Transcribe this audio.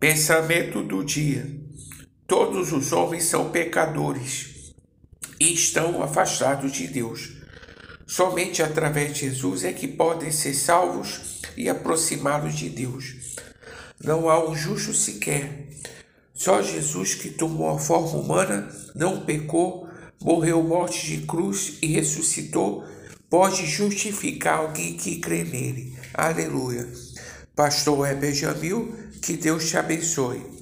Pensamento do dia. Todos os homens são pecadores e estão afastados de Deus. Somente através de Jesus é que podem ser salvos e aproximá-los de Deus. Não há um justo sequer. Só Jesus, que tomou a forma humana, não pecou, morreu morte de cruz e ressuscitou, pode justificar alguém que crê nele. Aleluia. Pastor Heber Jamil, que Deus te abençoe.